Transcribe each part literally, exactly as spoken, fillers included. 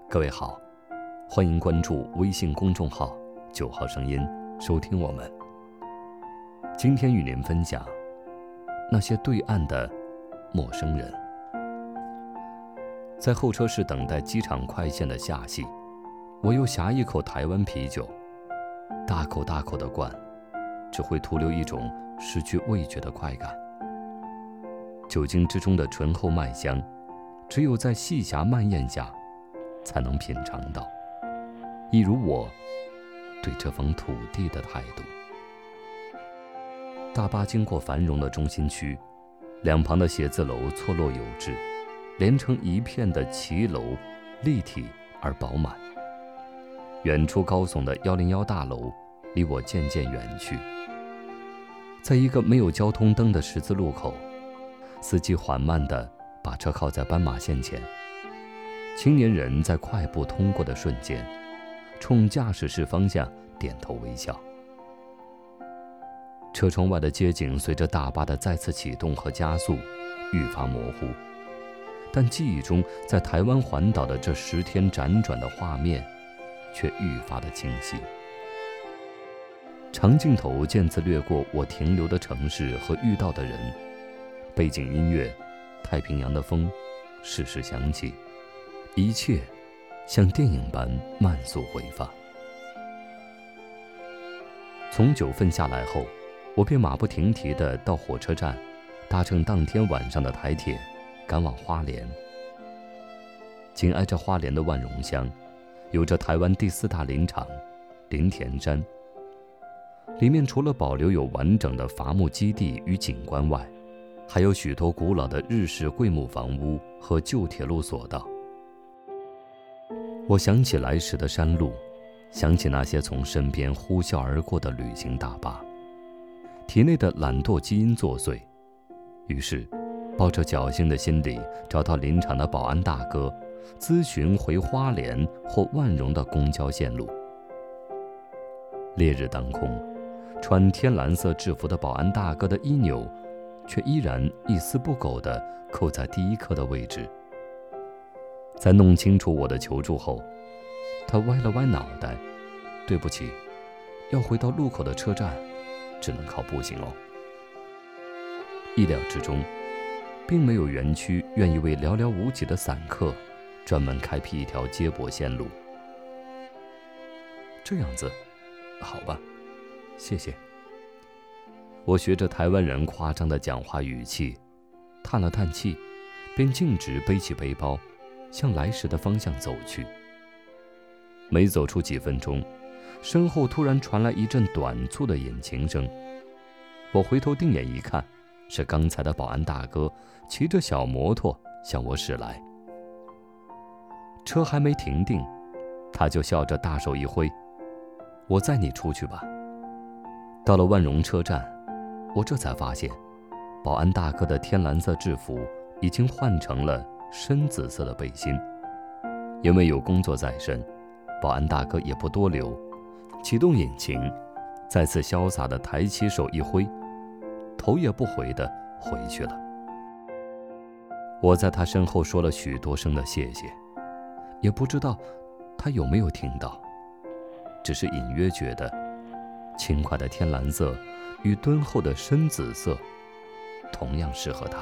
各位好，欢迎关注微信公众号九号声音，收听我们。今天与您分享那些对岸的陌生人。在候车室等待机场快线的下戏，我又呷一口台湾啤酒，大口大口的灌，只会徒留一种失去味觉的快感。酒精之中的醇厚麦香，只有在细匣慢咽下才能品尝到，一如我对这方土地的态度。大巴经过繁荣的中心区，两旁的写字楼错落有致，连成一片的骑楼，立体而饱满。远处高耸的一零一大楼离我渐渐远去。在一个没有交通灯的十字路口，司机缓慢地把车靠在斑马线前，青年人在快步通过的瞬间，冲驾驶室方向点头微笑。车窗外的街景随着大巴的再次启动和加速愈发模糊，但记忆中在台湾环岛的这十天辗转的画面却愈发的清晰。长镜头渐次掠过我停留的城市和遇到的人，背景音乐，太平洋的风适时响起，一切像电影般慢速回放。从九份下来后，我便马不停蹄地到火车站，搭乘当天晚上的台铁赶往花莲。紧挨着花莲的万荣乡，有着台湾第四大林场林田山，里面除了保留有完整的伐木基地与景观外，还有许多古老的日式桂木房屋和旧铁路索道。我想起来时的山路，想起那些从身边呼啸而过的旅行大巴，体内的懒惰基因作祟，于是抱着侥幸的心理，找到林场的保安大哥，咨询回花莲或万荣的公交线路。烈日当空，穿天蓝色制服的保安大哥的衣纽却依然一丝不苟地扣在第一颗的位置。在弄清楚我的求助后，他歪了歪脑袋，对不起，要回到路口的车站只能靠步行哦。意料之中，并没有园区愿意为寥寥无几的散客专门开辟一条接驳线路。这样子，好吧，谢谢。我学着台湾人夸张的讲话语气，叹了叹气，便径直背起背包，向来时的方向走去。没走出几分钟，身后突然传来一阵短促的引擎声。我回头定眼一看，是刚才的保安大哥骑着小摩托向我驶来。车还没停定，他就笑着大手一挥，我载你出去吧。到了万荣车站，我这才发现保安大哥的天蓝色制服已经换成了深紫色的背心。因为有工作在身，保安大哥也不多留，启动引擎，再次潇洒地抬起手一挥，头也不回地回去了。我在他身后说了许多声的谢谢，也不知道他有没有听到，只是隐约觉得轻快的天蓝色与敦厚的深紫色同样适合他。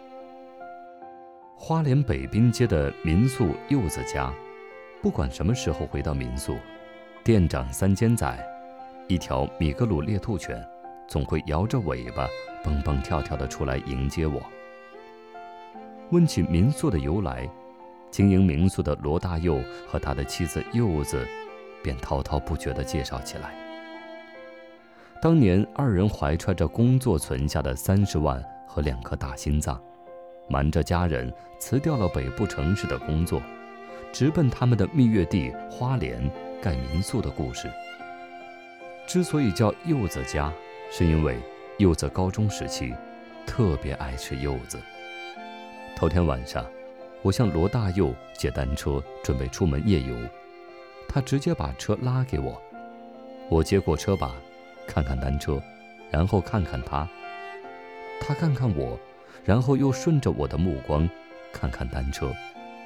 花莲北滨街的民宿柚子家，不管什么时候回到民宿，店长三间仔，一条米格鲁猎兔犬，总会摇着尾巴蹦蹦跳跳地出来迎接我。问起民宿的由来，经营民宿的罗大佑和他的妻子柚子便滔滔不绝地介绍起来。当年二人怀揣着工作存下的三十万和两颗大心脏，瞒着家人辞掉了北部城市的工作，直奔他们的蜜月地花莲盖民宿的故事。之所以叫柚子家，是因为柚子高中时期特别爱吃柚子。头天晚上，我向罗大佑借单车准备出门夜游，他直接把车拉给我，我接过车把，看看单车，然后看看他，他看看我，然后又顺着我的目光看看单车。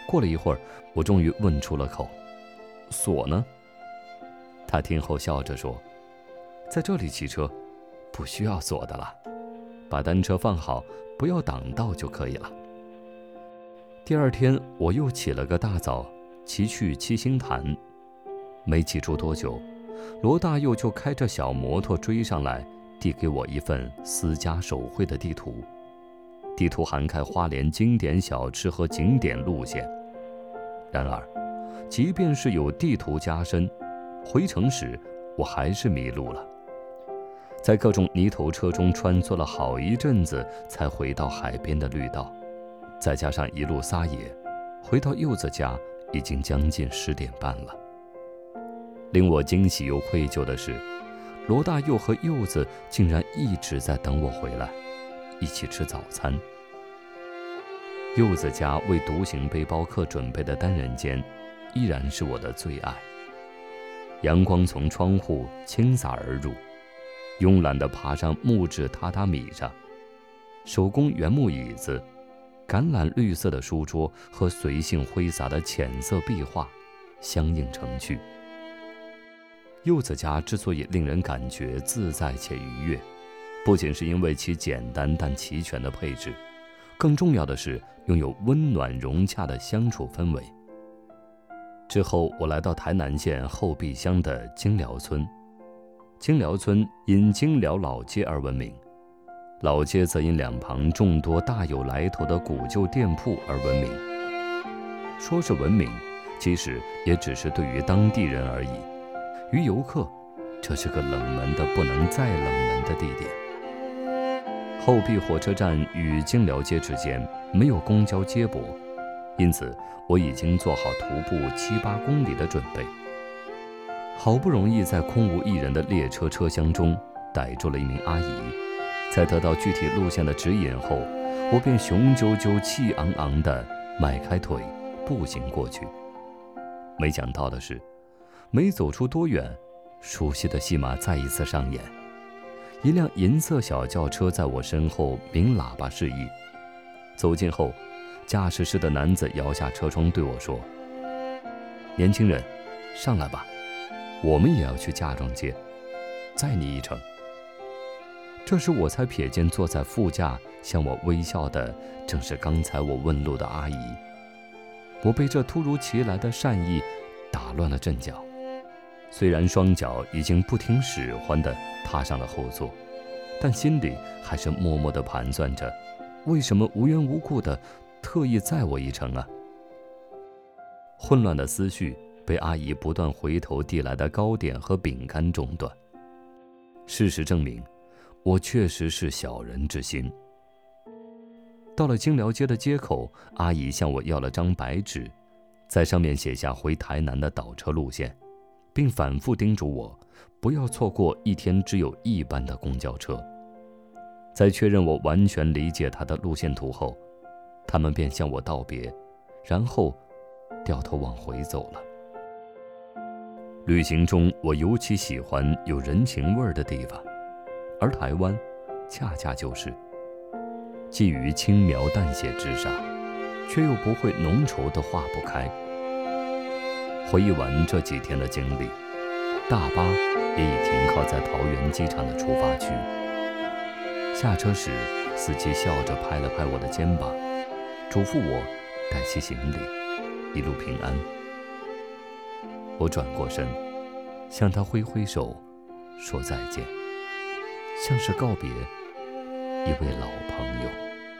过了一会儿，我终于问出了口：“锁呢？”他听后笑着说：“在这里骑车，不需要锁的了，把单车放好，不要挡道就可以了。”第二天，我又起了个大早，骑去七星潭。没骑出多久，罗大佑就开着小摩托追上来，递给我一份私家手绘的地图。地图涵盖花莲经典小吃和景点路线。然而，即便是有地图加深，回程时我还是迷路了。在各种泥头车中穿梭了好一阵子，才回到海边的绿道。再加上一路撒野，回到柚子家已经将近十点半了。令我惊喜又愧疚的是，罗大佑和柚子竟然一直在等我回来，一起吃早餐。柚子家为独行背包客准备的单人间，依然是我的最爱。阳光从窗户倾洒而入，慵懒地爬上木质榻榻米上，手工原木椅子，橄榄绿色的书桌和随性挥洒的浅色壁画相映成趣。柚子家之所以令人感觉自在且愉悦，不仅是因为其简单但齐全的配置，更重要的是拥有温暖融洽的相处氛围。之后我来到台南县后壁乡的金寮村。金寮村因金寮老街而闻名，老街则因两旁众多大有来头的古旧店铺而闻名。说是闻名，其实也只是对于当地人而已。于游客，这是个冷门的不能再冷门的地点。后壁火车站与金寮街之间没有公交接驳，因此我已经做好徒步七八公里的准备。好不容易在空无一人的列车车厢中逮住了一名阿姨，在得到具体路线的指引后，我便雄赳赳气昂昂地迈开腿步行过去。没想到的是，没走出多远，熟悉的戏码再一次上演。一辆银色小轿车在我身后鸣喇叭示意。走近后，驾驶室的男子摇下车窗对我说：“年轻人，上来吧，我们也要去嫁妆街，载你一程。”这时我才瞥见坐在副驾向我微笑的正是刚才我问路的阿姨。我被这突如其来的善意打乱了阵脚，虽然双脚已经不听使唤地踏上了后座，但心里还是默默地盘算着，为什么无缘无故地特意载我一程啊？混乱的思绪被阿姨不断回头递来的糕点和饼干中断。事实证明，我确实是小人之心。到了金寮街的街口，阿姨向我要了张白纸，在上面写下回台南的倒车路线，并反复叮嘱我不要错过一天只有一班的公交车。在确认我完全理解她的路线图后，他们便向我道别，然后掉头往回走了。旅行中，我尤其喜欢有人情味儿的地方，而台湾恰恰就是寄于轻描淡写之上，却又不会浓稠的化不开。回忆完这几天的经历，大巴也已停靠在桃园机场的出发区。下车时，司机笑着拍了拍我的肩膀，嘱咐我带齐行李，一路平安。我转过身，向他挥挥手，说再见，像是告别一位老朋友。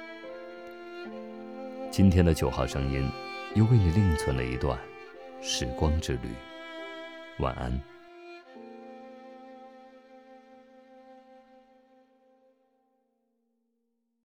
今天的九号声音又为你另存了一段时光之旅，晚安。